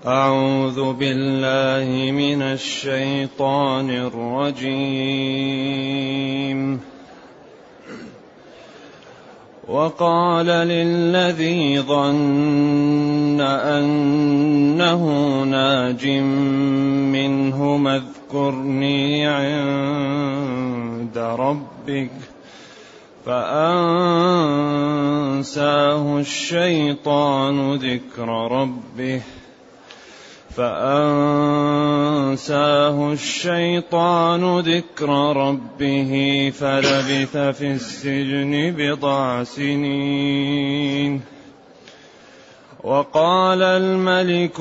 أعوذ بالله من الشيطان الرجيم. وقال للذي ظن أنه ناج منه اذكرني عند ربك فأنساه الشيطان ذكر ربه فلبث في السجن بضع سنين. وقال الملك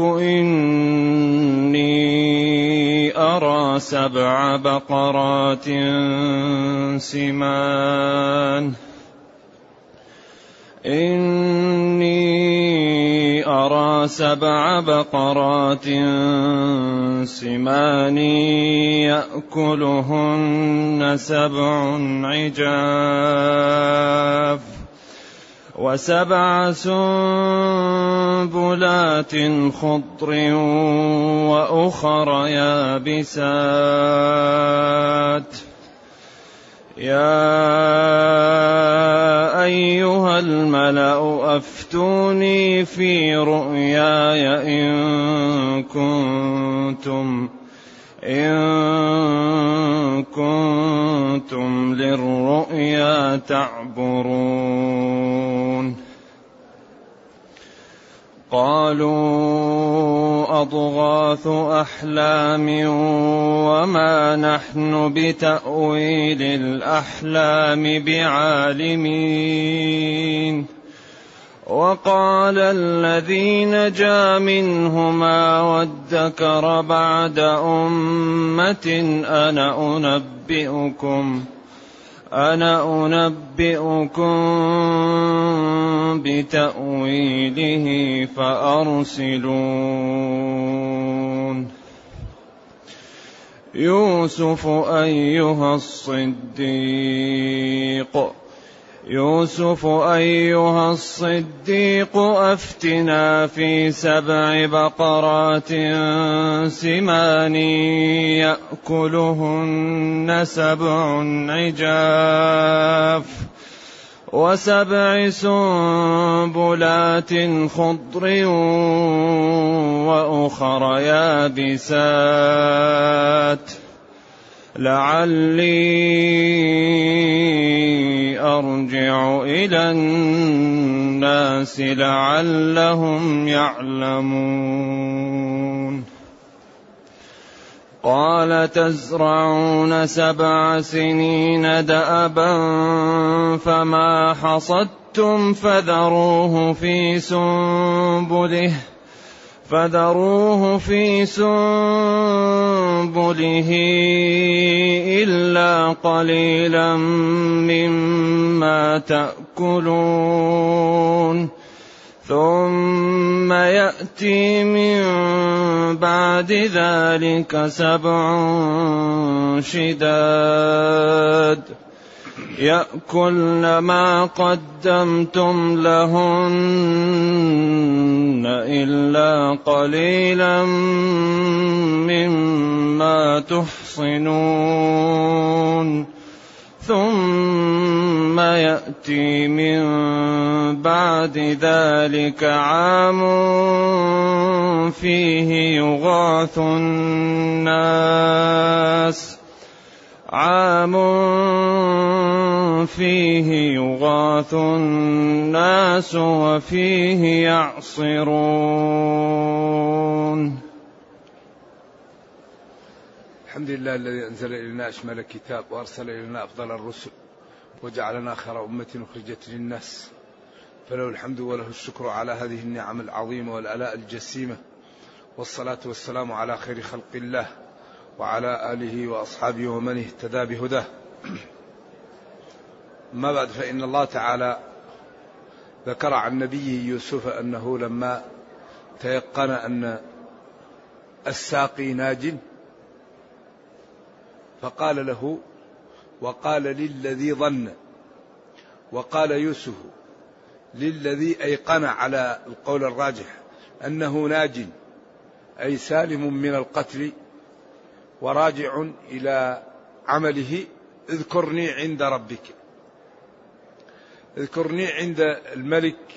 إني أرى 7 بقرات سمان يأكلهن 7 عجاف و7 سنبلات خضر وأخر يابسات. يا أيها الملأ أفتوني في رؤياي إن كنتم للرؤيا تعبرون. قالوا أضغاث أحلام وما نحن بتأويل الأحلام بعالمين. وقال الذي نجا منهما وادكر بعد أمة أنا أنبئكم بتأويله فأرسلون. يوسف أيها الصديق أفتنا في 7 بقرات سمان يأكلهن 7 عجاف و7 سنبلات خضر وأخر يابسات لعلي أرجع إلى الناس لعلهم يعلمون. قال تزرعون 7 سنين دأبا فما حصدتم فذروه في سنبله إلا قليلا مما تأكلون. ثم يأتي من بعد ذلك 7 شداد يأكلن ما قدمتم لهن إلا قليلا مما تحصنون. ثم يأتي من بعد ذلك عام فيه يغاث الناس وفيه يعصرون. الحمد لله الذي أنزل إلينا أشمل الكتاب وأرسل إلينا أفضل الرسل وجعلنا خير أمة أخرجت للناس، فله الحمد وله الشكر على هذه النعم العظيمة والآلاء الجسيمة، والصلاة والسلام على خير خلق الله وعلى آله وأصحابه ومن اهتدى بهداه. ما بعد، فإن الله تعالى ذكر عن نبيه يوسف أنه لما تيقن أن الساقي ناج فقال له وقال للذي ظن، وقال يوسف للذي أيقن على القول الراجح أنه ناج أي سالم من القتل وراجع إلى عمله. اذكرني عند ربك، اذكرني عند الملك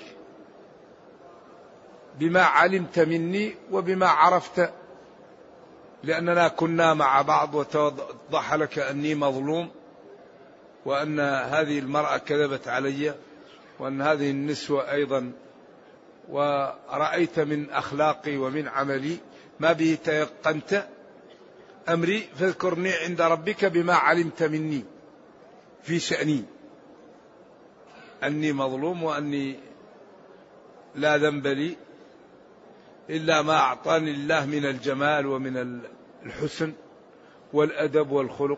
بما علمت مني وبما عرفت، لأننا كنا مع بعض وتوضح لك أني مظلوم، وأن هذه المرأة كذبت علي، وأن هذه النسوة أيضا، ورأيت من أخلاقي ومن عملي ما به تيقنت أمري، فاذكرني عند ربك بما علمت مني في شأني، أني مظلوم وأني لا ذنب لي إلا ما أعطاني الله من الجمال ومن الحسن والأدب والخلق.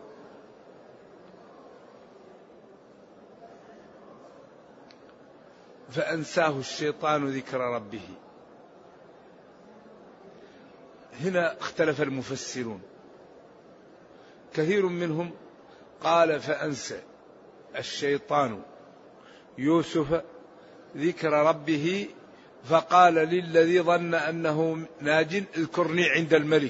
فأنساه الشيطان ذكر ربه. هنا اختلف المفسرون، كثير منهم قال فأنسى الشيطان يوسف ذكر ربه فقال للذي ظن أنه ناج اذكرني عند الملك،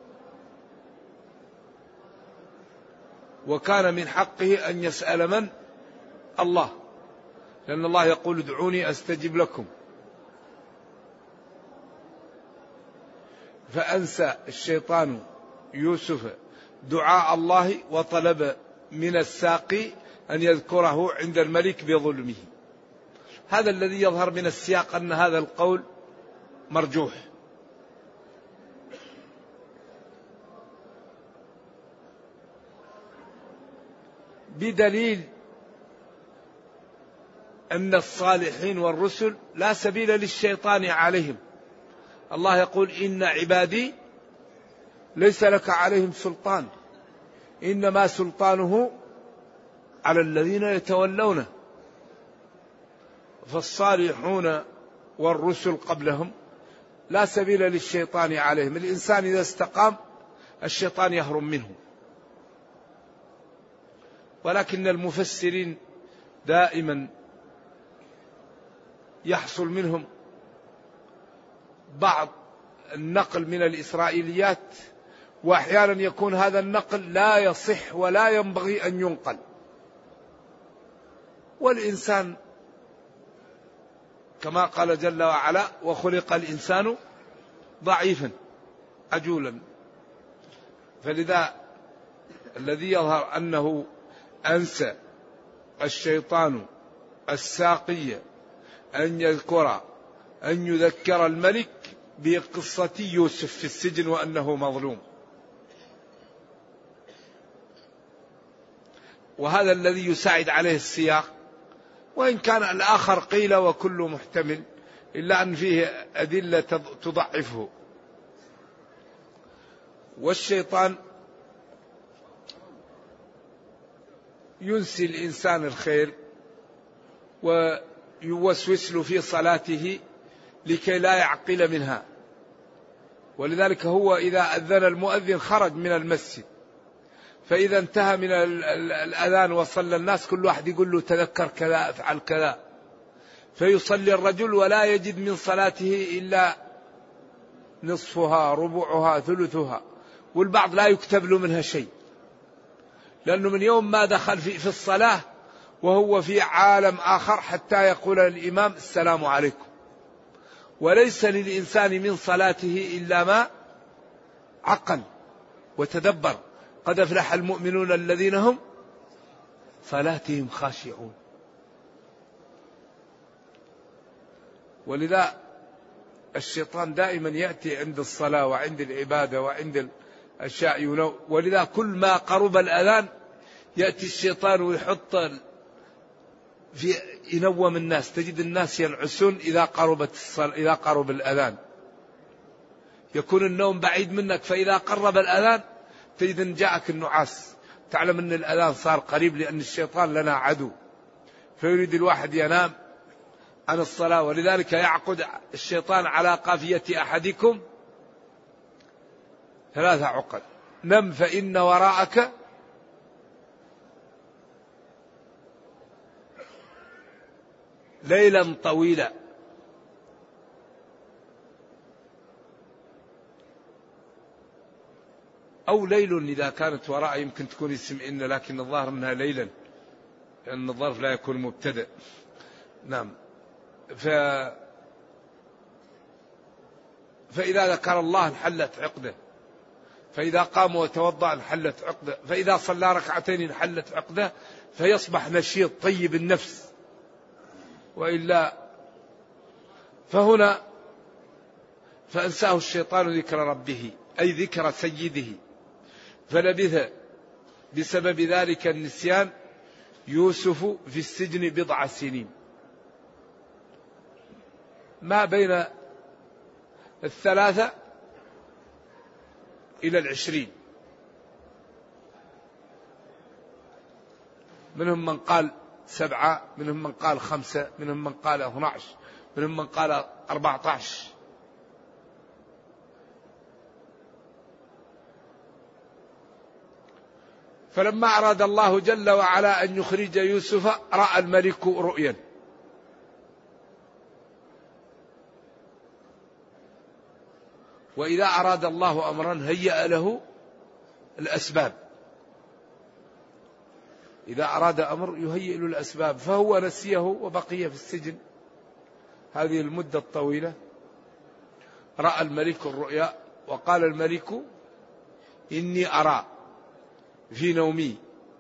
وكان من حقه أن يسأل من؟ الله، لأن الله يقول ادعوني أستجب لكم. فأنسى الشيطان يوسف دعاء الله وطلب من الساقي أن يذكره عند الملك بظلمه. هذا الذي يظهر من السياق أن هذا القول مرجوح. بدليل أن الصالحين والرسل لا سبيل للشيطان عليهم. الله يقول إن عبادي ليس لك عليهم سلطان، إنما سلطانه على الذين يتولونه. فالصالحون والرسل قبلهم لا سبيل للشيطان عليهم. الإنسان إذا استقام الشيطان يهرب منه. ولكن المفسرين دائما يحصل منهم بعض النقل من الإسرائيليات، وأحيانا يكون هذا النقل لا يصح ولا ينبغي أن ينقل. والإنسان كما قال جل وعلا وخلق الإنسان ضعيفا عجولا. فلذا الذي يظهر أنه أنسى الشيطان الساقية أن يذكر الملك بقصة يوسف في السجن وأنه مظلوم. وهذا الذي يساعد عليه السياق، وإن كان الآخر قيل وكل محتمل، إلا أن فيه أدلة تضعفه. والشيطان ينسي الإنسان الخير ويوسوس له في صلاته لكي لا يعقل منها. ولذلك هو إذا أذن المؤذن خرج من المسجد، فإذا انتهى من الأذان وصلى الناس كل واحد يقول له تذكر كذا افعل كذا، فيصلي الرجل ولا يجد من صلاته إلا نصفها ربعها ثلثها، والبعض لا يكتب له منها شيء، لأنه من يوم ما دخل في الصلاة وهو في عالم آخر حتى يقول الإمام السلام عليكم. وليس للإنسان من صلاته إلا ما عقل وتدبر. قد أفلح المؤمنون الذين هم صلاتهم خاشعون. ولذا الشيطان دائما يأتي عند الصلاة وعند العبادة وعند الأشياء ولذا كل ما قرب الأذان يأتي الشيطان ويحط ينوم الناس. تجد الناس ينعسون إذا قرب الأذان، يكون النوم بعيد منك، فإذا قرب الأذان تجد أن جاءك النعاس، تعلم أن الأذان صار قريب، لأن الشيطان لنا عدو، فيريد الواحد ينام عن الصلاة. ولذلك يعقد الشيطان على قافية أحدكم 3 عقد: نم فإن وراءك ليلا طويلا. أو ليل إذا كانت وراء يمكن تكون اسم إن، لكن الظاهر أنها ليلا لأن الظرف لا يكون مبتدأ. نعم. فإذا ذكر الله انحلت عقده، فإذا قام وتوضأ انحلت عقده، فإذا صلى ركعتين انحلت عقده، فيصبح نشيط طيب النفس. وإلا فهنا فأنساه الشيطان ذكر ربه، أي ذكر سيده، فلبث بسبب ذلك النسيان يوسف في السجن 10 سنين، ما بين 3 إلى 20. منهم من قال 7، منهم من قال 5، منهم من قال 12، منهم من قال 14. فلما أراد الله جل وعلا أن يخرج يوسف رأى الملك رؤيا، وإذا أراد الله أمرا هيأ له الأسباب، إذا أراد أمر يهيئ له الأسباب، فهو نسيه وبقي في السجن هذه المدة الطويلة. رأى الملك الرؤيا وقال الملك إني أرى في نومي.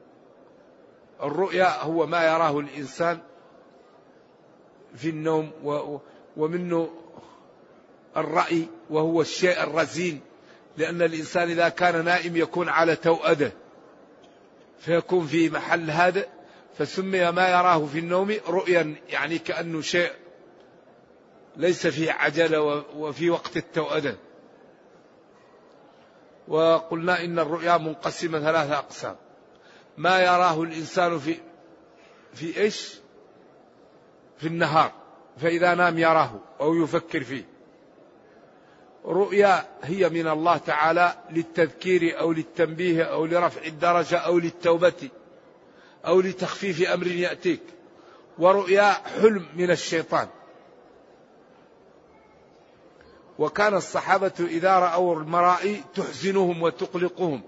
الرؤيا هو ما يراه الإنسان في النوم، ومنه الرأي وهو الشيء الرزين، لأن الإنسان إذا كان نائم يكون على توأده فيكون في محل هادئ، فسمي ما يراه في النوم رؤيا، يعني كأنه شيء ليس فيه عجلة وفي وقت التوأده. وقلنا إن الرؤيا منقسمة 3 أقسام: ما يراه الإنسان في إيش؟ في النهار، فإذا نام يراه أو يفكر فيه. رؤيا هي من الله تعالى للتذكير أو للتنبيه أو لرفع الدرجة أو للتوبة أو لتخفيف أمر يأتيك. ورؤيا حلم من الشيطان. وكان الصحابة إذا رأوا المرائي تحزنهم وتقلقهم،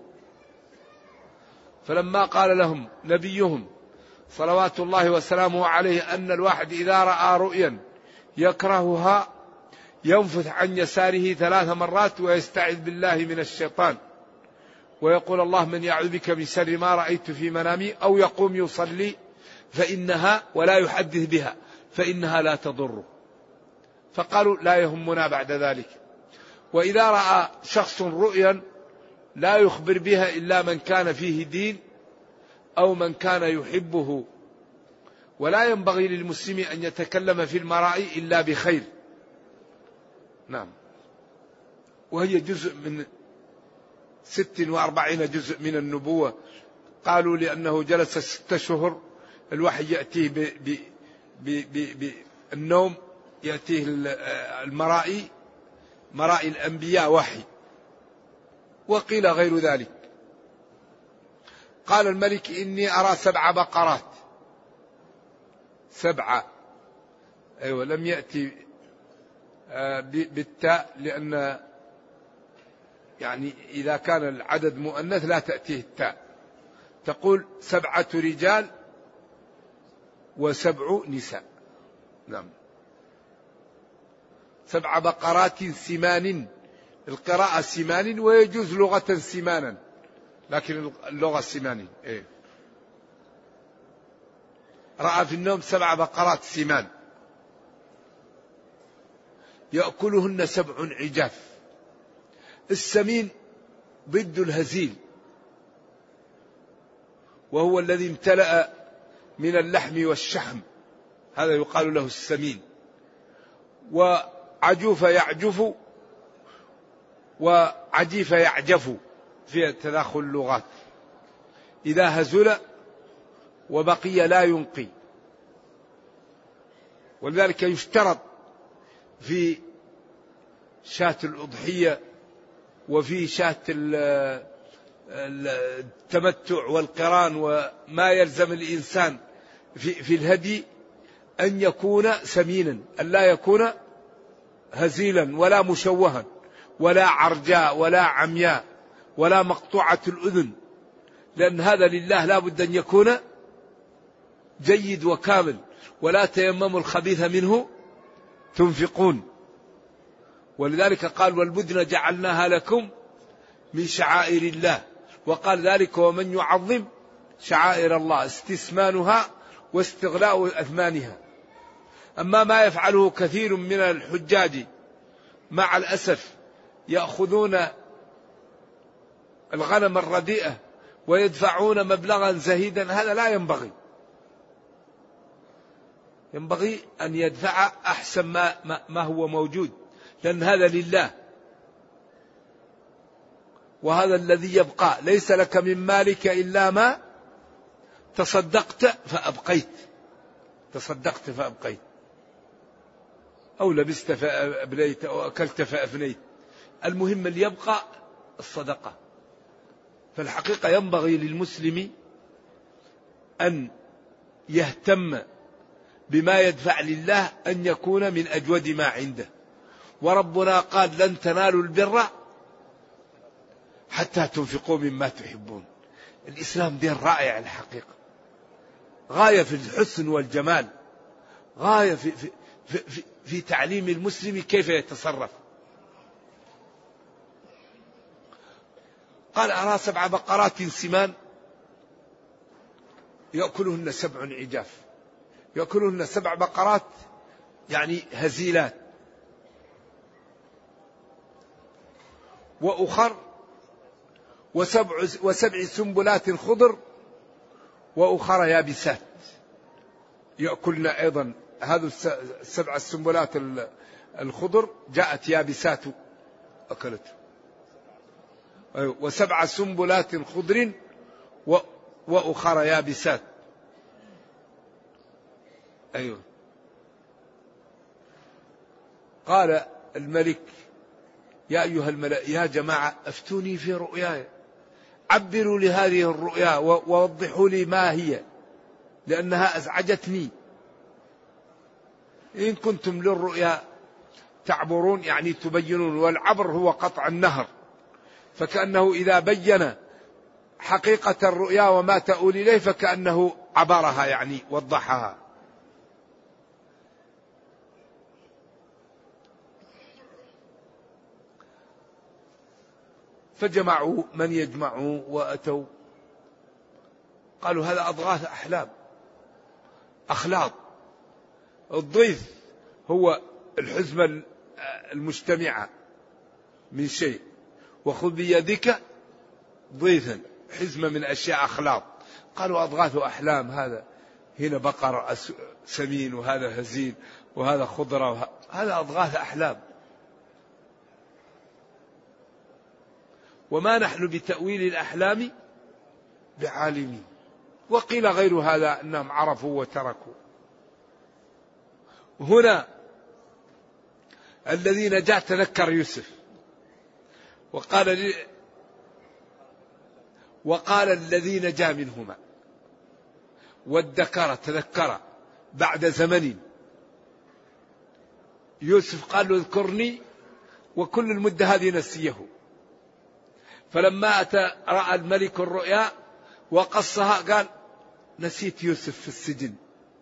فلما قال لهم نبيهم صلوات الله وسلامه عليه أن الواحد إذا رأى رؤيا يكرهها ينفث عن يساره 3 مرات ويستعذ بالله من الشيطان، ويقول الله من يعوذ بك من شر ما رأيت في منامي، أو يقوم يصلي فإنها ولا يحدث بها فإنها لا تضره. فقالوا لا يهمنا بعد ذلك. وإذا رأى شخص رؤيا لا يخبر بها إلا من كان فيه دين أو من كان يحبه، ولا ينبغي للمسلم أن يتكلم في المرائي إلا بخير. نعم. وهي جزء من 46 جزء من النبوة. قالوا لأنه جلس 6 شهور الوحي يأتيه بالنوم، يأتيه المرائي، مرائي الأنبياء وحي، وقيل غير ذلك. قال الملك إني أرى 7 بقرات. 7، أيوة، لم يأتي بالتاء، لأن يعني إذا كان العدد مؤنث لا تأتيه التاء، تقول 7 رجال و7 نساء. نعم. 7 بقرات سمان، القراءة سمان، ويجوز لغة سمانا، لكن اللغة سمان. إيه؟ رأى في النوم 7 بقرات سمان يأكلهن 7 عجاف. السمين ضد الهزيل، وهو الذي امتلأ من اللحم والشحم، هذا يقال له السمين. وعجوف يعجف وعجيف يعجف، في تداخل اللغات. إذا هزل وبقي لا ينقي. ولذلك يشترط في شاة الأضحية وفي شاة التمتع والقران وما يلزم الإنسان في الهدي أن يكون سمينا، أن لا يكون هزيلا ولا مشوها ولا عرجاء ولا عمياء ولا مقطوعة الأذن، لأن هذا لله لا بد أن يكون جيد وكامل. ولا تيمموا الخبيث منه تنفقون. ولذلك قال والبدن جعلناها لكم من شعائر الله، وقال ذلك ومن يعظم شعائر الله استثمانها واستغلاء أثمانها. أما ما يفعله كثير من الحجاج مع الأسف، يأخذون الغنم الرديئة ويدفعون مبلغا زهيدا، هذا لا ينبغي. ينبغي أن يدفع أحسن ما هو موجود، لأن هذا لله، وهذا الذي يبقى. ليس لك من مالك إلا ما تصدقت فأبقيت، تصدقت فأبقيت، أو لبست فأبليت، أو أكلت فأفنيت. المهم اللي يبقى الصدقة. فالحقيقة ينبغي للمسلم أن يهتم بما يدفع لله، أن يكون من أجود ما عنده. وربنا قال لن تنالوا البر حتى تنفقوا مما تحبون. الإسلام دين رائع الحقيقة، غاية في الحسن والجمال، غاية في تعليم المسلم كيف يتصرف. قال أرى 7 بقرات سمان يأكلهن 7 عجاف. يأكلهن 7 بقرات يعني هزيلات، وأخر وسبع سنبلات خضر وأخر يابسات يأكلن أيضا. هذه 7 السنبلات الخضر جاءت يابسات أكلته. و7 سنبلات خضر وأخر يابسات. أيوه. قال الملك يا أيها الملأ يا جماعة أفتوني في رؤياي، عبروا لهذه الرؤيا ووضحوا لي ما هي، لأنها أزعجتني. إن كنتم للرؤيا تعبرون يعني تبينون، والعبر هو قطع النهر، فكأنه إذا بين حقيقة الرؤيا وما تؤول إليه فكأنه عبرها يعني وضحها. فجمعوا من يجمعوا وأتوا قالوا هذا أضغاث أحلام، أخلاط. الضيف هو الحزمة المجتمعة من شيء، وخذ بيدك ضيفا، حزمة من أشياء أخلاط. قالوا أضغاث أحلام، هذا هنا بقر سمين وهذا هزيل وهذا خضرة هذا أضغاث أحلام، وما نحن بتأويل الأحلام بعالمين. وقيل غير هذا أنهم عرفوا وتركوا. هنا الذي نجا تذكر يوسف وقال الذي نجا منهما وادكر تذكر بعد زمن. يوسف قال له اذكرني، وكل المدة هذه نسيه. فلما أتى رأى الملك الرؤيا وقصها قال نسيت يوسف في السجن.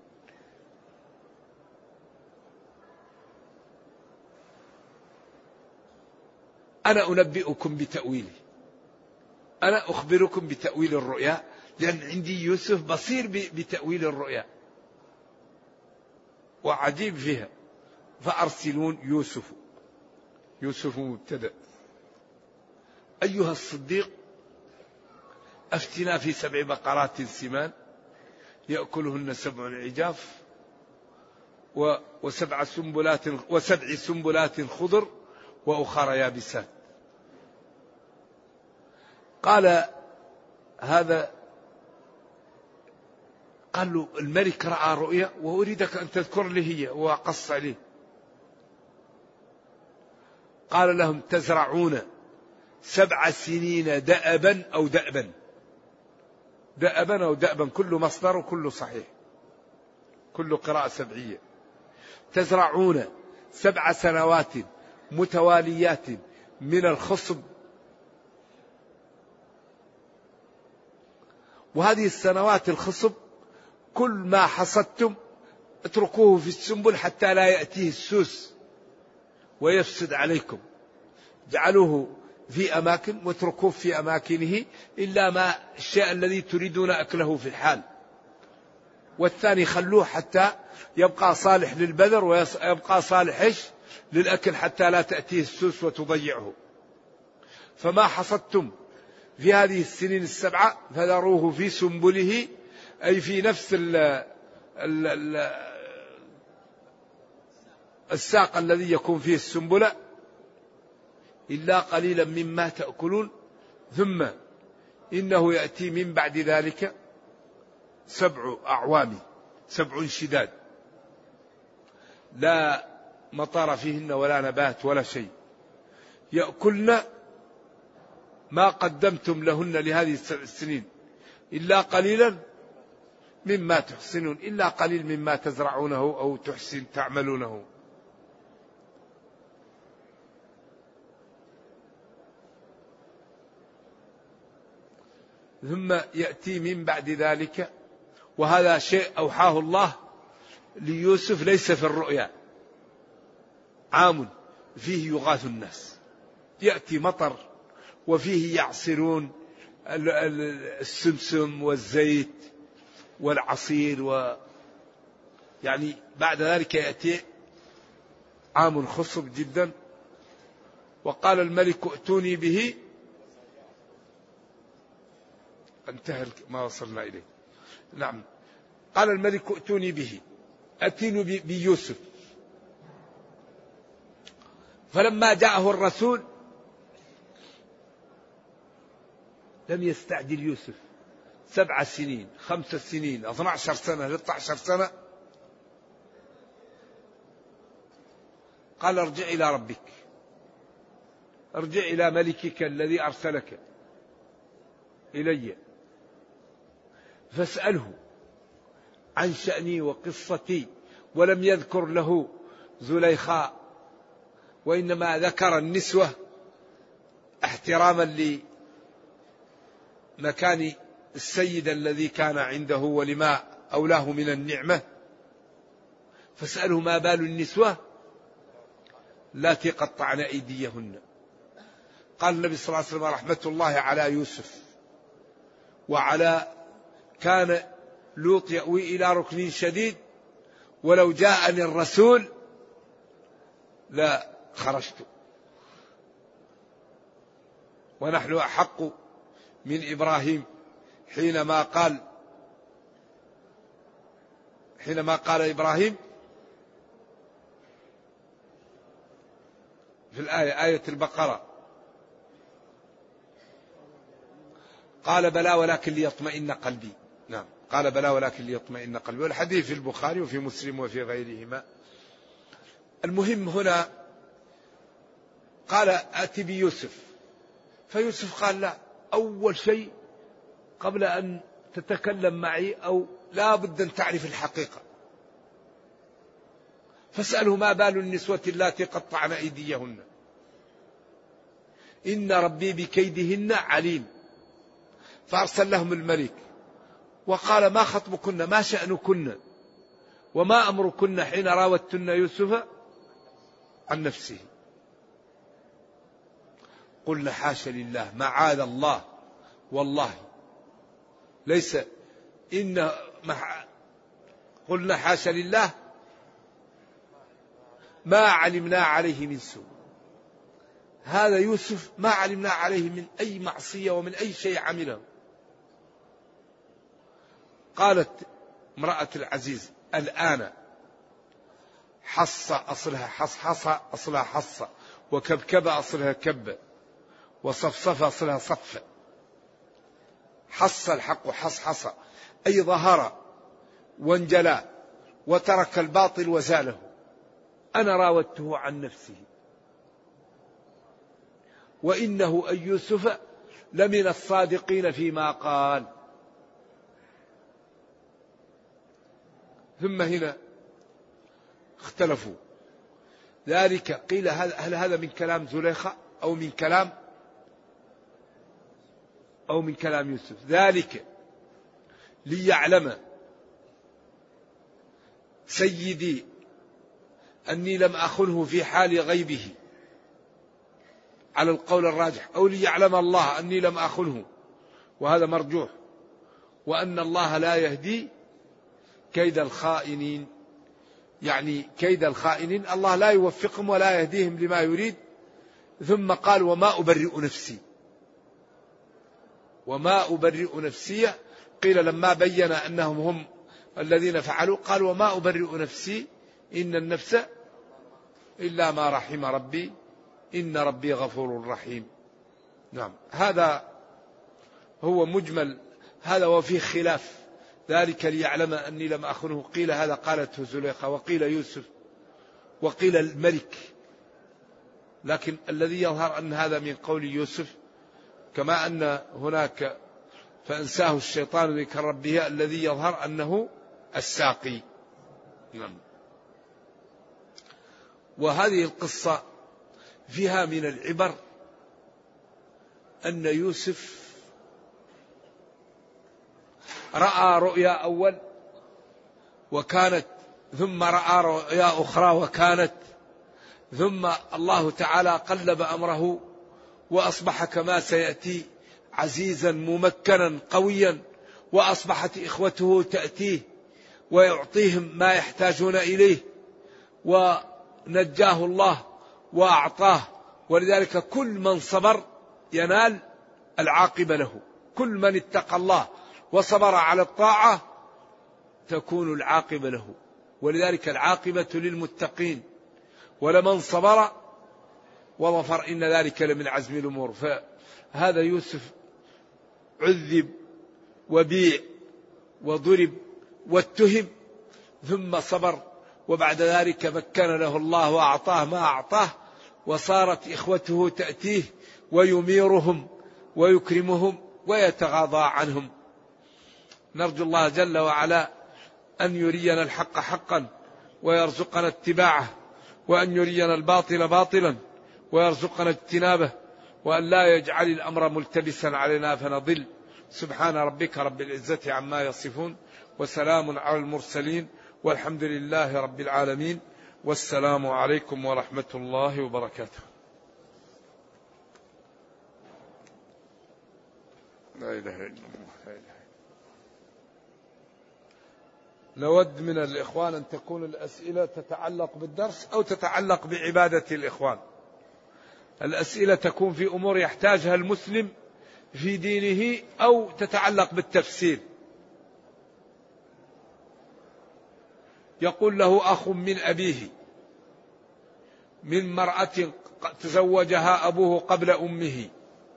أنا أنبئكم بتأويله، أنا أخبركم بتأويل الرؤيا، لأن عندي يوسف بصير بتأويل الرؤيا وعجيب فيها. فأرسلون يوسف مبتدأ. أيها الصديق أفتنا في 7 بقرات سمان يأكلهن 7 عجاف وسبع سنبلات خضر وأخر يابسات. قال هذا، قال له الملك رأى رؤيا وأريدك أن تذكر لي هي، وقص عليه. قال لهم تزرعون 7 سنين دأبا أو دأبا، دأبا أو دأبا كل مصدر وكل صحيح، كل قراءة سبعية. تزرعون 7 سنوات متواليات من الخصب وهذه السنوات الخصب كل ما حصدتم اتركوه في السنبل حتى لا يأتيه السوس ويفسد عليكم، جعلوه في أماكن واتركوه في أماكنه إلا ما الشيء الذي تريدون أكله في الحال، والثاني خلوه حتى يبقى صالح للبذر ويبقى صالح للأكل حتى لا تأتيه السوس وتضيعه. فما حصدتم في هذه السنين السبعة فذروه في سنبله، أي في نفس الساق الذي يكون فيه السنبلة، إلا قليلا مما تأكلون. ثم إنه يأتي من بعد ذلك 7 أعوام، 7 شداد لا مطر فيهن ولا نبات ولا شيء، يأكلن ما قدمتم لهن لهذه السنين إلا قليلا مما تحسنون، إلا قليل مما تزرعونه أو تعملونه. ثم يأتي من بعد ذلك، وهذا شيء أوحاه الله ليوسف ليس في الرؤيا، عام فيه يغاث الناس، يأتي مطر وفيه يعصرون السمسم والزيت والعصير يعني بعد ذلك يأتي عام خصب جدا. وقال الملك ائتوني به، انتهى ما وصلنا إليه. نعم، قال الملك ائتوني به، أتينوا بيوسف. فلما جاءه الرسول لم يستعجل يوسف، 7 سنين 5 سنين 12 سنة 13 سنة، قال ارجع إلى ربك، ارجع إلى ملكك الذي أرسلك إلي فاسأله عن شأني وقصتي. ولم يذكر له زليخاء، وإنما ذكر النسوة احتراما لمكان السيد الذي كان عنده ولما أولاه من النعمة. فاسأله ما بال النسوة اللاتي قطعن أيديهن. قال النبي صلى الله عليه وسلم رحمة الله على يوسف وعلى كان لوط يأوي إلى ركن شديد، ولو جاءني الرسول لا خرجت، ونحن أحق من إبراهيم حينما قال إبراهيم في آية البقرة، قال بلى ولكن ليطمئن قلبي. نعم، قال بلى ولكن ليطمئن قلبي، والحديث في البخاري وفي مسلم وفي غيرهما. المهم هنا قال آتي بيوسف، فيوسف قال لا، أول شيء قبل أن تتكلم معي أو لا بد أن تعرف الحقيقة، فاسأله ما بال النسوة اللاتي قطعن أيديهن إن ربي بكيدهن عليم. فأرسل لهم الملك وقال ما خطبكن، ما شأنكن، وما أمركن حين راوتن يوسف عن نفسه. قلنا حاشا لله، معاذ الله، والله ليس قلنا حاشا لله ما علمنا عليه من سوء. هذا يوسف ما علمنا عليه من أي معصية ومن أي شيء عمله. قالت امرأة العزيز الآن حص أصلها حصحص أصلها حص، وكبكب أصلها كب، وصفصف أصلها صف. حص الحق حصحص أي ظهر وانجلى وترك الباطل وزاله. أنا راودته عن نفسه وإنه أي يوسف لمن الصادقين فيما قال. ثم هنا اختلفوا ذلك، قيل هل هذا من كلام زليخة أو من كلام يوسف. ذلك ليعلم سيدي أني لم أخنه في حال غيبه على القول الراجح، أو ليعلم الله أني لم أخنه، وهذا مرجوح، وأن الله لا يهدي كيد الخائنين، يعني كيد الخائنين الله لا يوفقهم ولا يهديهم لما يريد. ثم قال وما أبرئ نفسي، وما أبرئ نفسي. قيل لما بين أنهم هم الذين فعلوا قال وما أبرئ نفسي إن النفس إلا ما رحم ربي إن ربي غفور رحيم. نعم، هذا هو مجمل هذا، وفيه خلاف. ذلك ليعلم أني لم أخنه، قيل هذا قالته زليخة، وقيل يوسف، وقيل الملك، لكن الذي يظهر أن هذا من قول يوسف، كما أن هناك فأنساه الشيطان ذكر ربه، الذي يظهر أنه الساقي. نعم. وهذه القصة فيها من العبر أن يوسف رأى رؤيا أول وكانت، ثم رأى رؤيا أخرى وكانت، ثم الله تعالى قلب أمره وأصبح كما سيأتي عزيزا ممكنا قويا، وأصبحت إخوته تأتيه ويعطيهم ما يحتاجون إليه، ونجاه الله وأعطاه. ولذلك كل من صبر ينال العاقبة له، كل من اتقى الله وصبر على الطاعة تكون العاقبة له، ولذلك العاقبة للمتقين. ولمن صبر وغفر إن ذلك لمن عزم الأمور. فهذا يوسف عذب وبيع وضرب واتهم، ثم صبر، وبعد ذلك مكن له الله وأعطاه ما أعطاه، وصارت إخوته تأتيه ويميرهم ويكرمهم ويتغاضى عنهم. نرجو الله جل وعلا أن يرينا الحق حقا ويرزقنا اتباعه، وأن يرينا الباطل باطلا ويرزقنا اجتنابه، وأن لا يجعل الأمر ملتبسا علينا فنضل. سبحان ربك رب العزة عما يصفون، وسلام على المرسلين، والحمد لله رب العالمين، والسلام عليكم ورحمة الله وبركاته. لا إله إلا الله. لا إله. نود من الإخوان أن تكون الأسئلة تتعلق بالدرس أو تتعلق بعبادة الإخوان. الأسئلة تكون في أمور يحتاجها المسلم في دينه، أو تتعلق بالتفسير. يقول له أخ من أبيه من مرأة تزوجها أبوه قبل أمه،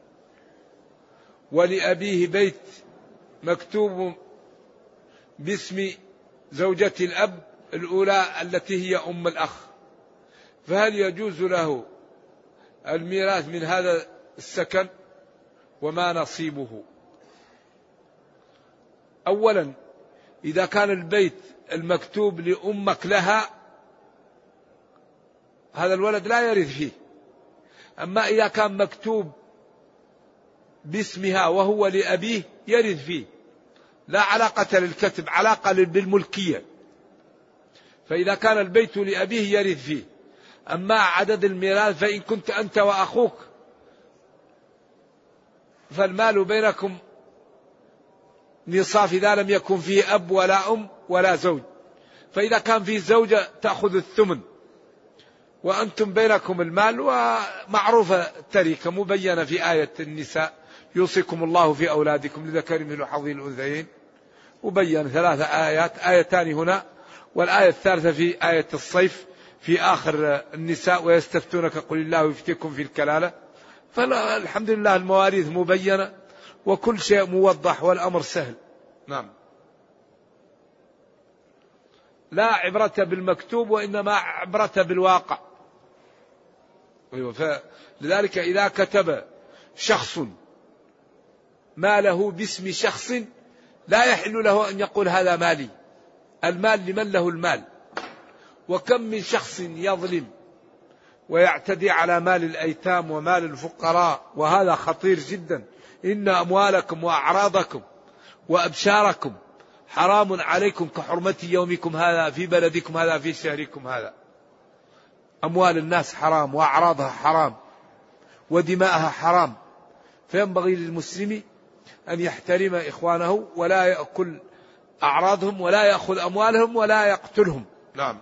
ولأبيه بيت مكتوب باسم زوجة الأب الأولى التي هي أم الأخ، فهل يجوز له الميراث من هذا السكن وما نصيبه؟ أولا، إذا كان البيت المكتوب لأمك لها هذا الولد لا يرث فيه. أما إذا كان مكتوب باسمها وهو لأبيه يرث فيه، لا علاقة للكتب، علاقة بالملكية. فإذا كان البيت لأبيه يرث فيه. أما عدد الميراث فإن كنت أنت وأخوك فالمال بينكم نصاف إذا لم يكن فيه أب ولا أم ولا زوج. فإذا كان فيه زوجة تأخذ الثمن، وأنتم بينكم المال، ومعروفة التركة مبينة في آية النساء يوصيكم الله في أولادكم لذكر مثل حظ الأنثيين، وبين 3 آيات، آيتان هنا والآية الثالثة في آية الصيف في آخر النساء ويستفتونك قل الله يفتيكم في الكلالة. فالحمد لله المواريث مبينة وكل شيء موضح والأمر سهل. نعم، لا عبرة بالمكتوب وإنما عبرة بالواقع. لذلك إذا كتب شخص ماله باسم شخص لا يحل له أن يقول هذا مالي، المال لمن له المال. وكم من شخص يظلم ويعتدي على مال الأيتام ومال الفقراء، وهذا خطير جدا. إن أموالكم وأعراضكم وأبشاركم حرام عليكم كحرمة يومكم هذا في بلدكم هذا في شهركم هذا. أموال الناس حرام، وأعراضها حرام، ودماءها حرام، فينبغي للمسلم أن يحترم إخوانه ولا يأكل أعراضهم ولا يأخذ أموالهم ولا يقتلهم. نعم.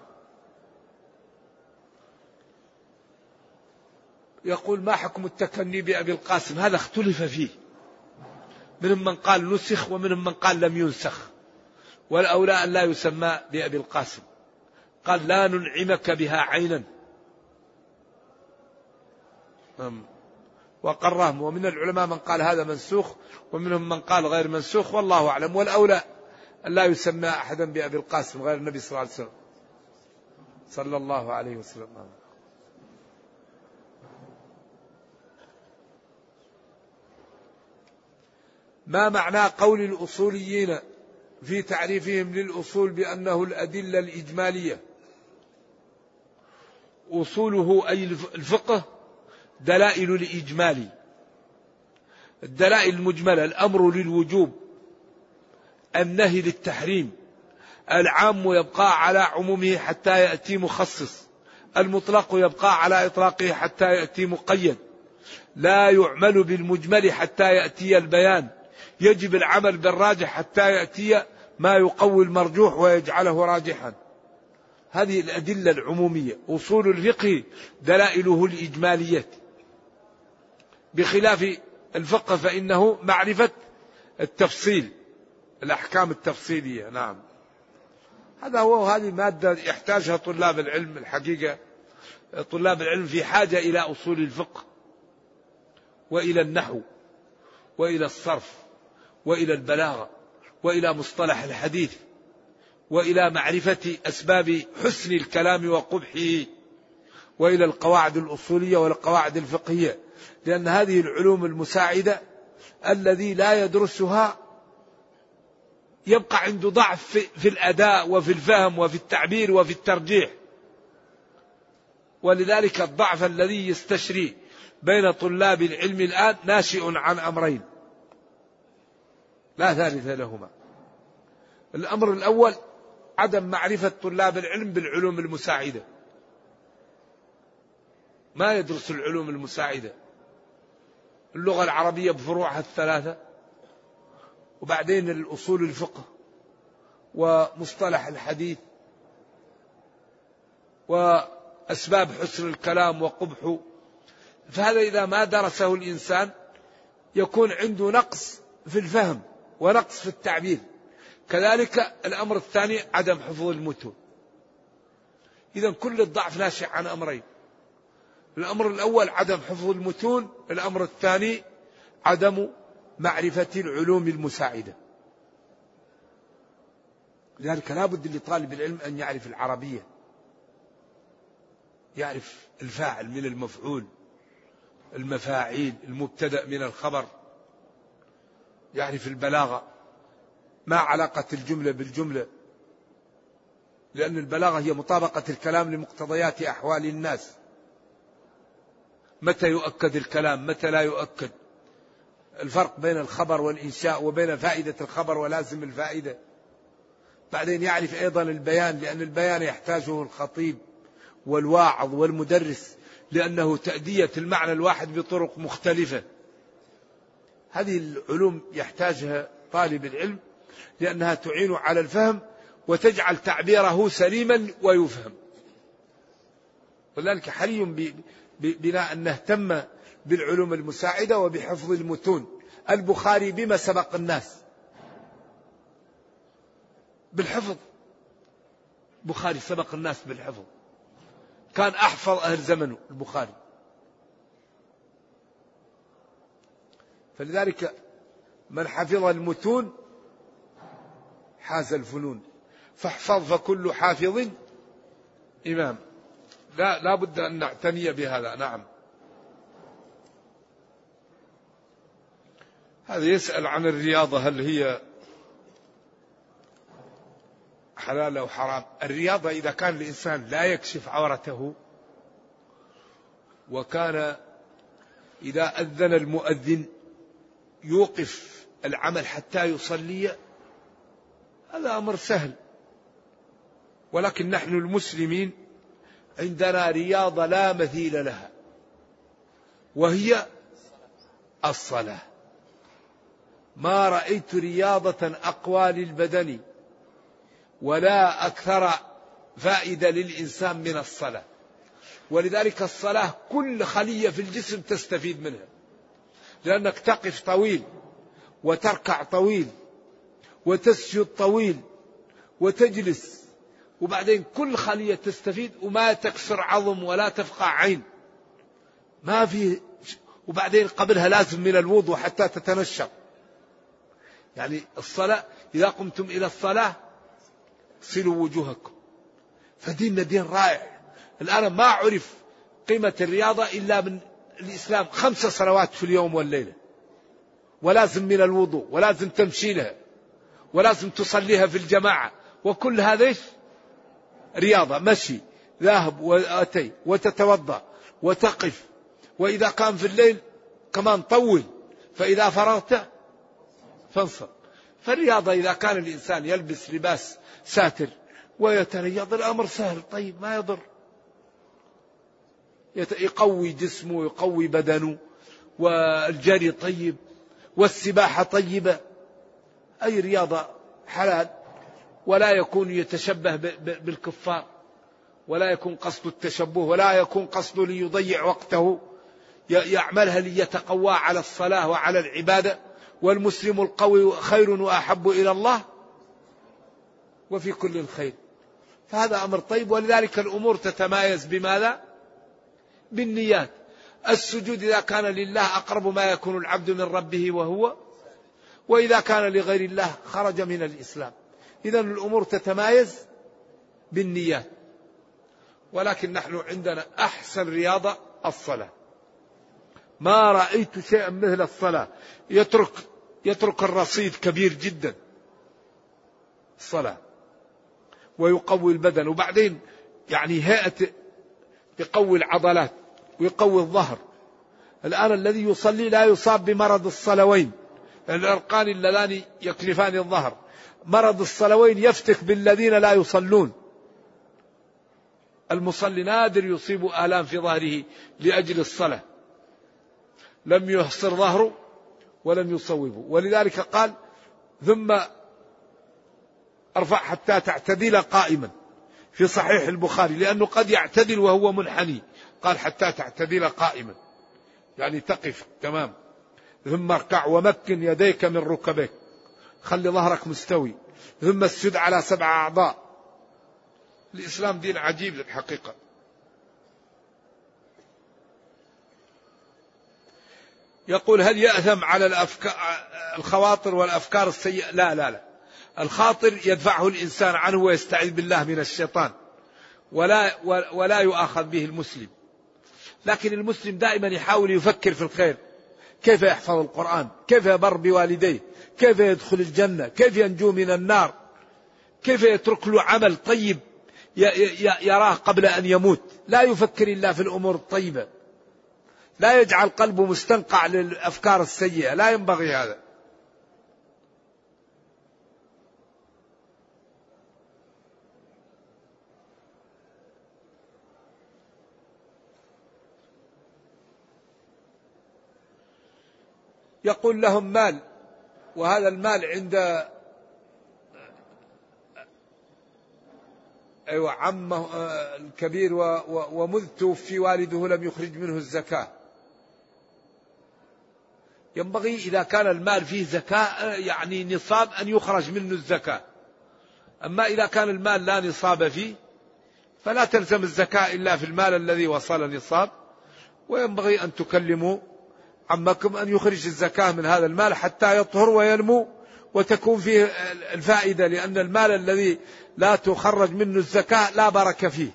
يقول: ما حكم التكني بأبي القاسم؟ هذا اختلف فيه، منهم من قال نسخ ومنهم من قال لم ينسخ، والأولى أن لا يسمى بأبي القاسم، قال: لا ننعمك بها عينا. وقرهم. ومن العلماء من قال هذا منسوخ ومنهم من قال غير منسوخ، والله أعلم. والأولى أن لا يسمى أحدا بأبي القاسم غير النبي صلى الله عليه وسلم صلى الله عليه وسلم. ما معنى قول الأصوليين في تعريفهم للأصول بأنه الأدلة الإجمالية؟ أصوله أي الفقه دلائل الإجمال، الدلائل المجملة: الأمر للوجوب، النهي للتحريم، العام يبقى على عمومه حتى يأتي مخصص، المطلق يبقى على إطلاقه حتى يأتي مقيد، لا يعمل بالمجمل حتى يأتي البيان، يجب العمل بالراجح حتى يأتي ما يقوي المرجوح ويجعله راجحا. هذه الأدلة العمومية. أصول الفقه دلائله الإجمالية، بخلاف الفقه فإنه معرفة التفصيل، الأحكام التفصيلية. نعم. هذا هو. هذه مادة يحتاجها طلاب العلم. الحقيقة طلاب العلم في حاجة إلى أصول الفقه وإلى النحو وإلى الصرف وإلى البلاغة وإلى مصطلح الحديث وإلى معرفة أسباب حسن الكلام وقبحه وإلى القواعد الأصولية والقواعد الفقهية، لأن هذه العلوم المساعدة الذي لا يدرسها يبقى عنده ضعف في الأداء وفي الفهم وفي التعبير وفي الترجيح. ولذلك الضعف الذي يستشري بين طلاب العلم الآن ناشئ عن أمرين لا ثالث لهما. الأمر الأول عدم معرفة طلاب العلم بالعلوم المساعدة، ما يدرس العلوم المساعدة، اللغة العربية بفروعها الثلاثة، وبعدين الأصول الفقه ومصطلح الحديث وأسباب حسن الكلام وقبحه. فهذا إذا ما درسه الإنسان يكون عنده نقص في الفهم ونقص في التعبير. كذلك الأمر الثاني عدم حفظ المتون. إذن كل الضعف ناشئ عن أمرين: الأمر الأول عدم حفظ المتون، الأمر الثاني عدم معرفة العلوم المساعدة. لذلك لا بد لطالب العلم أن يعرف العربية، يعرف الفاعل من المفعول، المفاعيل، المبتدأ من الخبر، يعرف البلاغة، ما علاقة الجملة بالجملة، لأن البلاغة هي مطابقة الكلام لمقتضيات أحوال الناس، متى يؤكد الكلام متى لا يؤكد، الفرق بين الخبر والإنشاء وبين فائدة الخبر ولازم الفائدة. بعدين يعرف أيضا البيان، لأن البيان يحتاجه الخطيب والواعظ والمدرس، لأنه تأدية المعنى الواحد بطرق مختلفة. هذه العلوم يحتاجها طالب العلم لأنها تعين على الفهم وتجعل تعبيره سليما ويفهم. ولذلك حري بنا أن نهتم بالعلوم المساعدة وبحفظ المتون. البخاري بما سبق الناس بالحفظ، البخاري سبق الناس بالحفظ، كان أحفظ أهل زمنه البخاري. فلذلك من حفظ المتون حاز الفنون، فاحفظ فكل حافظ إمام. لا بد أن نعتني بهذا. نعم. هذا يسأل عن الرياضة، هل هي حلال أو حرام؟ الرياضة إذا كان الإنسان لا يكشف عورته، وكان إذا أذن المؤذن يوقف العمل حتى يصلي، هذا أمر سهل. ولكن نحن المسلمين عندنا رياضة لا مثيل لها، وهي الصلاة. ما رأيت رياضة أقوى للبدن ولا أكثر فائدة للإنسان من الصلاة. ولذلك الصلاة كل خلية في الجسم تستفيد منها، لأنك تقف طويل وتركع طويل وتسجد طويل وتجلس، وبعدين كل خلية تستفيد، وما تكسر عظم ولا تفقع عين، ما في. وبعدين قبلها لازم من الوضوء حتى تتنشط. يعني الصلاة إذا قمتم إلى الصلاة صلوا وجوهكم. فديننا دين رائع. الآن ما عرف قيمة الرياضة إلا من الإسلام. 5 صلوات في اليوم والليلة، ولازم من الوضوء، ولازم تمشي لها، ولازم تصليها في الجماعة، وكل هذا إيش؟ رياضة. مشي، ذاهب وأتي، وتتوضأ وتقف، وإذا كان في الليل كمان طول، فإذا فرغت فانصب. فالرياضة إذا كان الإنسان يلبس لباس ساتر ويتريض الأمر سهل، طيب ما يضر. يقوي جسمه، يقوي بدنه، والجري طيب، والسباحة طيبة. أي رياضة حلال، ولا يكون يتشبه بالكفار، ولا يكون قصد التشبه، ولا يكون قصده ليضيع وقته، يعملها ليتقوى على الصلاة وعلى العبادة. والمسلم القوي خير وأحب إلى الله وفي كل خير. فهذا أمر طيب. ولذلك الأمور تتمايز بماذا؟ بالنيات. السجود إذا كان لله أقرب ما يكون العبد من ربه وإذا كان لغير الله خرج من الإسلام. إذن الأمور تتمايز بالنيات. ولكن نحن عندنا أحسن رياضة الصلاة. ما رأيت شيئا مثل الصلاة. يترك الرصيد كبير جدا الصلاة، ويقوي البدن، وبعدين يعني هيئة يقوي العضلات ويقوي الظهر. الآن الذي يصلي لا يصاب بمرض الصلوين، الأرقان اللذان يكلفان الظهر. مرض الصلوين يفتك بالذين لا يصلون. المصلي نادر يصيب آلام في ظهره لأجل الصلاة، لم يحصر ظهره ولم يصوبه. ولذلك قال ثم ارفع حتى تعتدل قائما في صحيح البخاري، لأنه قد يعتدل وهو منحني. قال حتى تعتدل قائما، يعني تقف تمام. ثم اركع ومكن يديك من ركبيك، خلي ظهرك مستوي. ثم اسجد على 7 أعضاء. الإسلام دين عجيب الحقيقة. يقول هل يأثم على الخواطر والأفكار السيئة؟ لا لا لا. الخاطر يدفعه الإنسان عنه ويستعيذ بالله من الشيطان، ولا يؤاخذ به المسلم. لكن المسلم دائما يحاول يفكر في الخير، كيف يحفظ القرآن، كيف يبر بوالديه، كيف يدخل الجنة، كيف ينجو من النار، كيف يترك له عمل طيب يراه قبل أن يموت. لا يفكر إلا في الأمور الطيبة، لا يجعل قلبه مستنقع للأفكار السيئة، لا ينبغي هذا. يقول لهم مال، وهذا المال عند عمه الكبير، ومذ توفي والده لم يخرج منه الزكاة. ينبغي إذا كان المال فيه زكاة يعني نصاب أن يخرج منه الزكاة. أما إذا كان المال لا نصاب فيه فلا تلزم الزكاة إلا في المال الذي وصل نصاب. وينبغي أن تكلموا عمكم أن يخرج الزكاة من هذا المال حتى يطهر وينمو وتكون فيه الفائدة، لأن المال الذي لا تخرج منه الزكاة لا بركة فيه.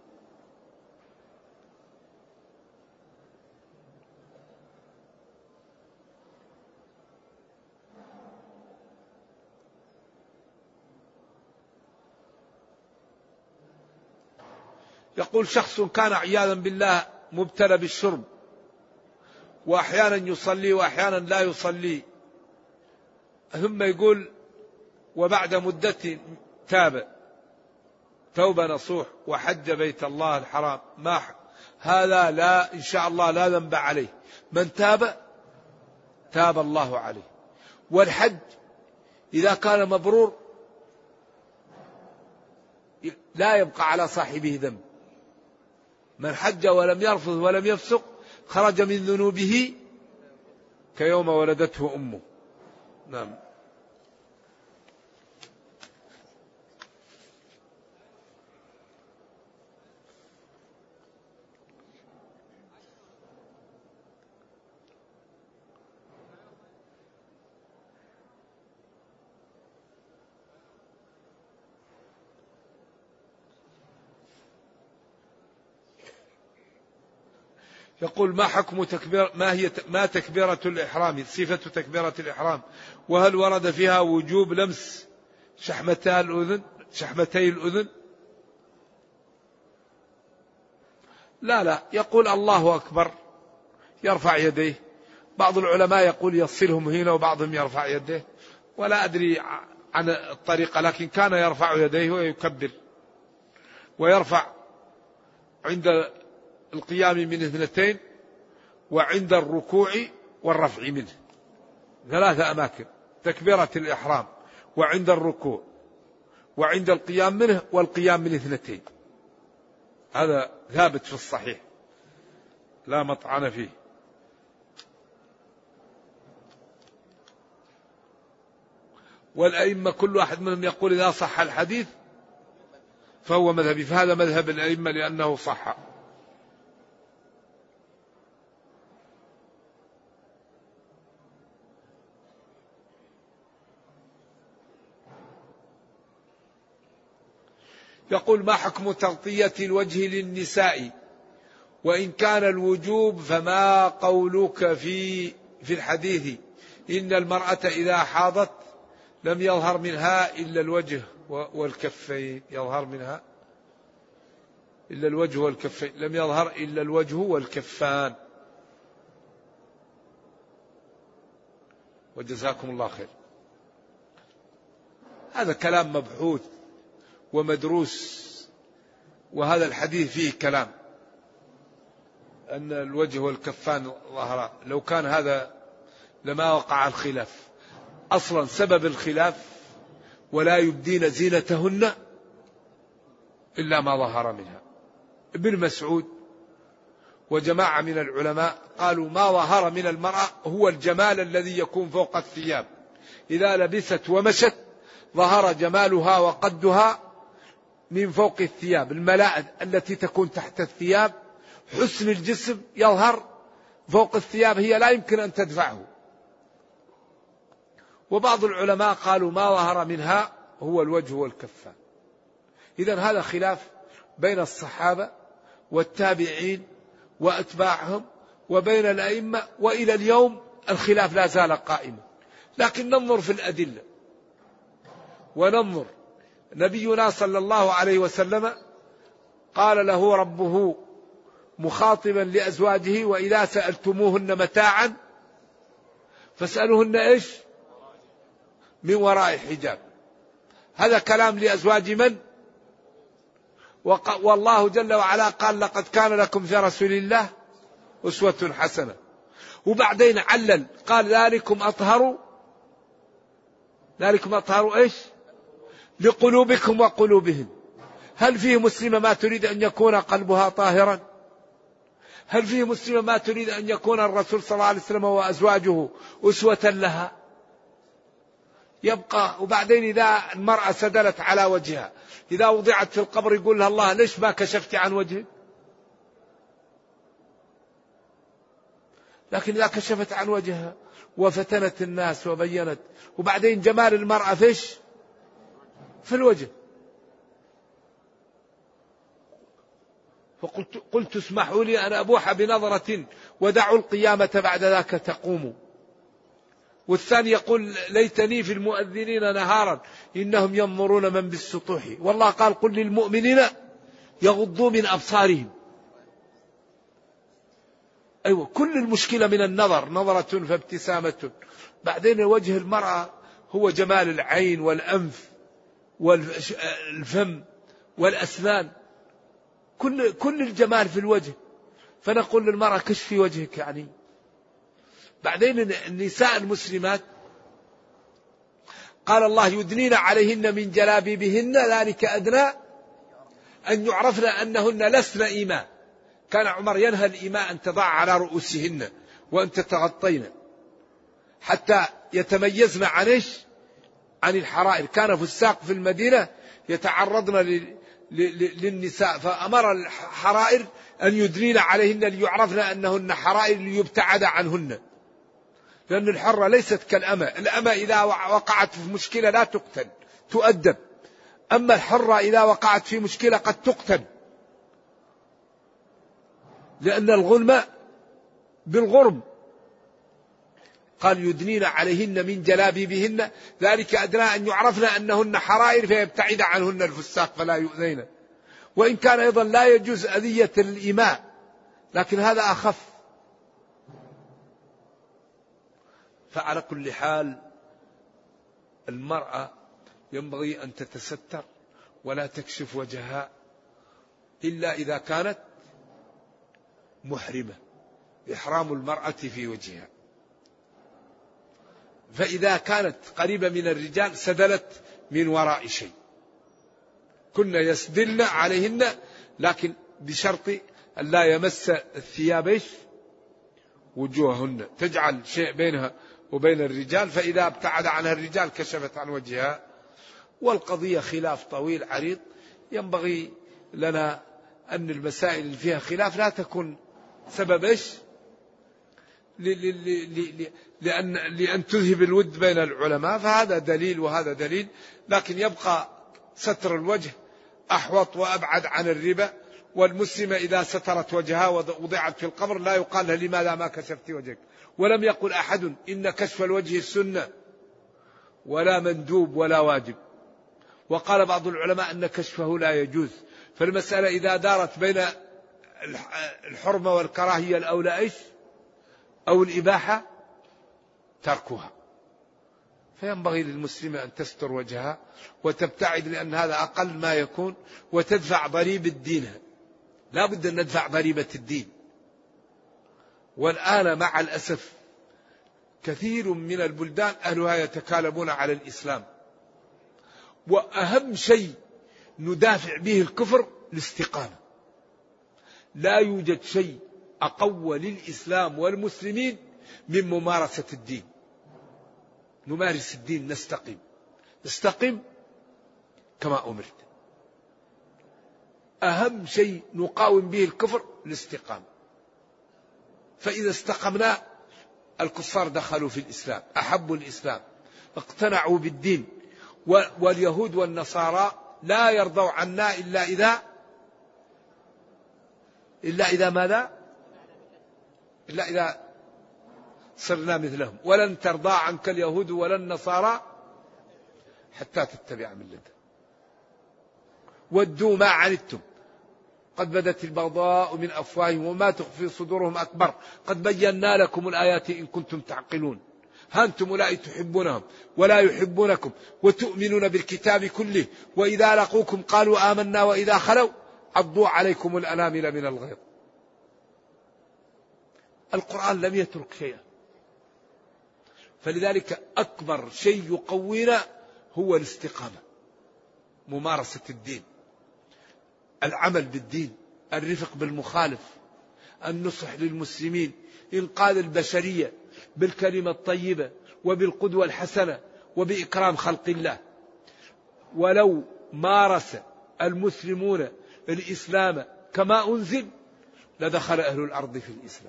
يقول شخص كان عياذا بالله مبتلى بالشرب، وأحيانا يصلي وأحيانا لا يصلي، ثم يقول وبعد مدة تاب توبة نصوح وحج بيت الله الحرام، هذا لا إن شاء الله لا ذنب عليه. من تاب الله عليه. والحج إذا كان مبرور لا يبقى على صاحبه ذنب. من حج ولم يرفض ولم يفسق خرج من ذنوبه كيوم ولدته أمه. نعم. يقول ما حكم ما تكبيرة الإحرام، صفة تكبيرة الإحرام، وهل ورد فيها وجوب لمس شحمتي الأذن؟ لا، يقول الله أكبر يرفع يديه. بعض العلماء يقول يصلهم هنا وبعضهم يرفع يديه، ولا أدري عن الطريقة، لكن كان يرفع يديه ويكبر، ويرفع عند القيام من 2 وعند الركوع والرفع منه. 3 أماكن: تكبيرة الإحرام وعند الركوع وعند القيام منه والقيام من 2. هذا ثابت في الصحيح لا مطعن فيه. والأئمة كل واحد منهم يقول إذا صح الحديث فهو مذهبي، فهذا مذهب الأئمة لأنه صح. يقول ما حكم تغطية الوجه للنساء، وإن كان الوجوب فما قولك في الحديث إن المرأة إذا حاضت لم يظهر منها إلا الوجه والكفين، يظهر منها إلا الوجه والكفين، لم يظهر إلا الوجه والكفان. وجزاكم الله خير. هذا كلام مبحوث ومدروس، وهذا الحديث فيه كلام أن الوجه والكفان ظهرا. لو كان هذا لما وقع الخلاف. أصلا سبب الخلاف ولا يبدين زينتهن إلا ما ظهر منها. ابن مسعود وجماعة من العلماء قالوا ما ظهر من المرأة هو الجمال الذي يكون فوق الثياب. إذا لبست ومشت ظهر جمالها وقدها من فوق الثياب. الملائد التي تكون تحت الثياب، حسن الجسم يظهر فوق الثياب، هي لا يمكن أن تدفعه. وبعض العلماء قالوا ما ظهر منها هو الوجه والكفان. إذن هذا خلاف بين الصحابة والتابعين وأتباعهم وبين الأئمة، وإلى اليوم الخلاف لا زال قائما. لكن ننظر في الأدلة وننظر. نبينا صلى الله عليه وسلم قال له ربه مخاطبا لأزواجه وإذا سألتموهن متاعا فاسألوهن إيش؟ من وراء حجاب. هذا كلام لأزواج من؟ والله جل وعلا قال لقد كان لكم في رسول الله أسوة حسنة. وبعدين علل قال ذلكم أطهر إيش؟ لقلوبكم وقلوبهم. هل فيه مسلمة ما تريد أن يكون قلبها طاهرا؟ هل فيه مسلمة ما تريد أن يكون الرسول صلى الله عليه وسلم وأزواجه أسوة لها؟ يبقى. وبعدين إذا المرأة سدلت على وجهها، إذا وضعت في القبر يقول لها الله ليش ما كشفت عن وجهك؟ لكن إذا كشفت عن وجهها وفتنت الناس وبينت، وبعدين جمال المرأة فيش؟ في الوجه. فقلت اسمحوا لي أن أبوح بنظرة ودعوا القيامة بعد ذاك تقوموا. والثاني يقول ليتني في المؤذنين نهارا إنهم ينظرون من بالسطوح. والله قال قل للمؤمنين يغضوا من أبصارهم. أيوة، كل المشكلة من النظر، نظرة فابتسامة. بعدين وجه المرأة هو جمال العين والأنف والفم والأسنان، كل الجمال في الوجه. فنقول للمرأة كشفي وجهك يعني. بعدين النساء المسلمات قال الله يدنين عليهن من جلابيبهن ذلك أدنى أن يعرفن أنهن لسن إيماء. كان عمر ينهى الإيماء أن تضع على رؤوسهن وأن تتغطين حتى يتميزن عن الحرائر. كان فساق في المدينة يتعرضن للنساء، فأمر الحرائر أن يدنين عليهن ليعرفن أنهن حرائر ليبتعد عنهن، لأن الحرة ليست كالأمة. الأمة إذا وقعت في مشكلة لا تقتل، تؤدب. أما الحرة إذا وقعت في مشكلة قد تقتل، لأن الغلم بالغرم. قال يدنين عليهن من جلابيبهن ذلك أدنى أن يعرفن أنهن حرائر فيبتعد عنهن الفساق فلا يؤذين. وإن كان أيضا لا يجوز أذية الإماء، لكن هذا أخف. فعلى كل حال المرأة ينبغي أن تتستر ولا تكشف وجهها إلا إذا كانت محرمة، إحرام المرأة في وجهها. فإذا كانت قريبة من الرجال سدلت من وراء شيء. كنا يسدلن عليهن، لكن بشرط أن لا يمس الثياب وجوههن، تجعل شيء بينها وبين الرجال، فإذا ابتعد عنها الرجال كشفت عن وجهها. والقضية خلاف طويل عريض، ينبغي لنا أن المسائل اللي فيها خلاف لا تكون سبب لأن تذهب الود بين العلماء، فهذا دليل وهذا دليل. لكن يبقى ستر الوجه أحوط وأبعد عن الربا. والمسلمة إذا سترت وجهها ووضعت في القبر لا يقال لها لماذا ما كشفت وجهك. ولم يقل أحد إن كشف الوجه السنة ولا مندوب ولا واجب. وقال بعض العلماء أن كشفه لا يجوز. فالمسألة إذا دارت بين الحرمة والكراهية الأولى أو الإباحة تركها. فينبغي للمسلمة أن تستر وجهها وتبتعد، لأن هذا أقل ما يكون، وتدفع ضريبة دينها. لا بد أن ندفع ضريبة الدين. والآن مع الأسف كثير من البلدان أهلها يتكالبون على الإسلام، وأهم شيء ندافع به الكفر الاستقامة. لا يوجد شيء أقوى للإسلام والمسلمين من ممارسة الدين. نمارس الدين، نستقم كما أمرت. أهم شيء نقاوم به الكفر الاستقامة. فإذا استقمنا الكفار دخلوا في الإسلام، أحبوا الإسلام، اقتنعوا بالدين. واليهود والنصارى لا يرضوا عنا إلا إذا صرنا مثلهم. ولن ترضى عنك اليهود ولا النصارى حتى تتبع ملتهم. ودوا ما عنتم قد بدت البغضاء من أفواههم وما تخفي صدورهم أكبر قد بينا لكم الآيات إن كنتم تعقلون. ها أنتم أولئك تحبونهم ولا يحبونكم وتؤمنون بالكتاب كله وإذا لقوكم قالوا آمنا وإذا خلوا عضوا عليكم الأنامل من الغيظ. القرآن لم يترك شيئا. فلذلك أكبر شيء يقوينا هو الاستقامة، ممارسة الدين، العمل بالدين، الرفق بالمخالف، النصح للمسلمين، إنقاذ البشرية بالكلمة الطيبة وبالقدوة الحسنة وبإكرام خلق الله. ولو مارس المسلمون الإسلام كما أنزل لدخل أهل الأرض في الإسلام.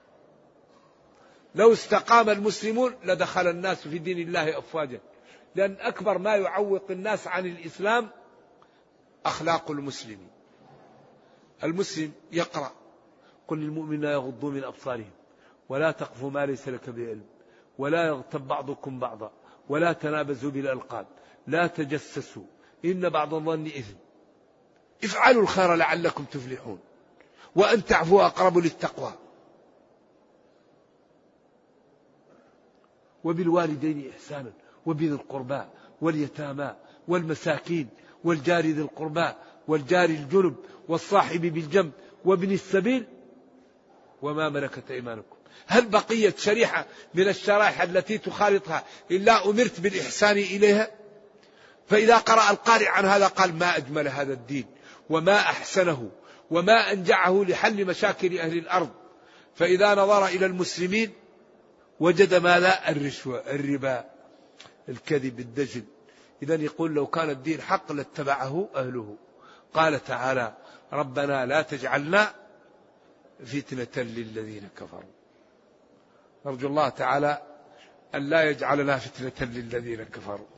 لو استقام المسلمون لدخل الناس في دين الله أفواجا. لأن أكبر ما يعوق الناس عن الإسلام أخلاق المسلمين. المسلم يقرأ قل للمؤمنين يغضوا من أبصارهم ولا تقفوا ما ليس لك به علم ولا يغتب بعضكم بعضا ولا تنابزوا بالألقاب لا تجسسوا إن بعض الظن إثم افعلوا الخير لعلكم تفلحون وأن تعفوا أقرب للتقوى وبالوالدين إحسانا وبذي القربى واليتامى والمساكين والجار ذي القربى والجار الجنب والصاحب بالجنب وابن السبيل وما ملكت أيمانكم. هل بقيت شريحة من الشرائح التي تخالطها إلا أمرت بالإحسان إليها؟ فإذا قرأ القارئ عن هذا قال ما أجمل هذا الدين وما أحسنه وما أنجعه لحل مشاكل أهل الأرض. فإذا نظر إلى المسلمين وجد ماذا؟ الرشوة، الربا، الكذب، الدجل. إذا يقول لو كان الدين حق لاتبعه أهله. قال تعالى ربنا لا تجعلنا فتنة للذين كفروا. نرجو الله تعالى أن لا يجعلنا فتنة للذين كفروا.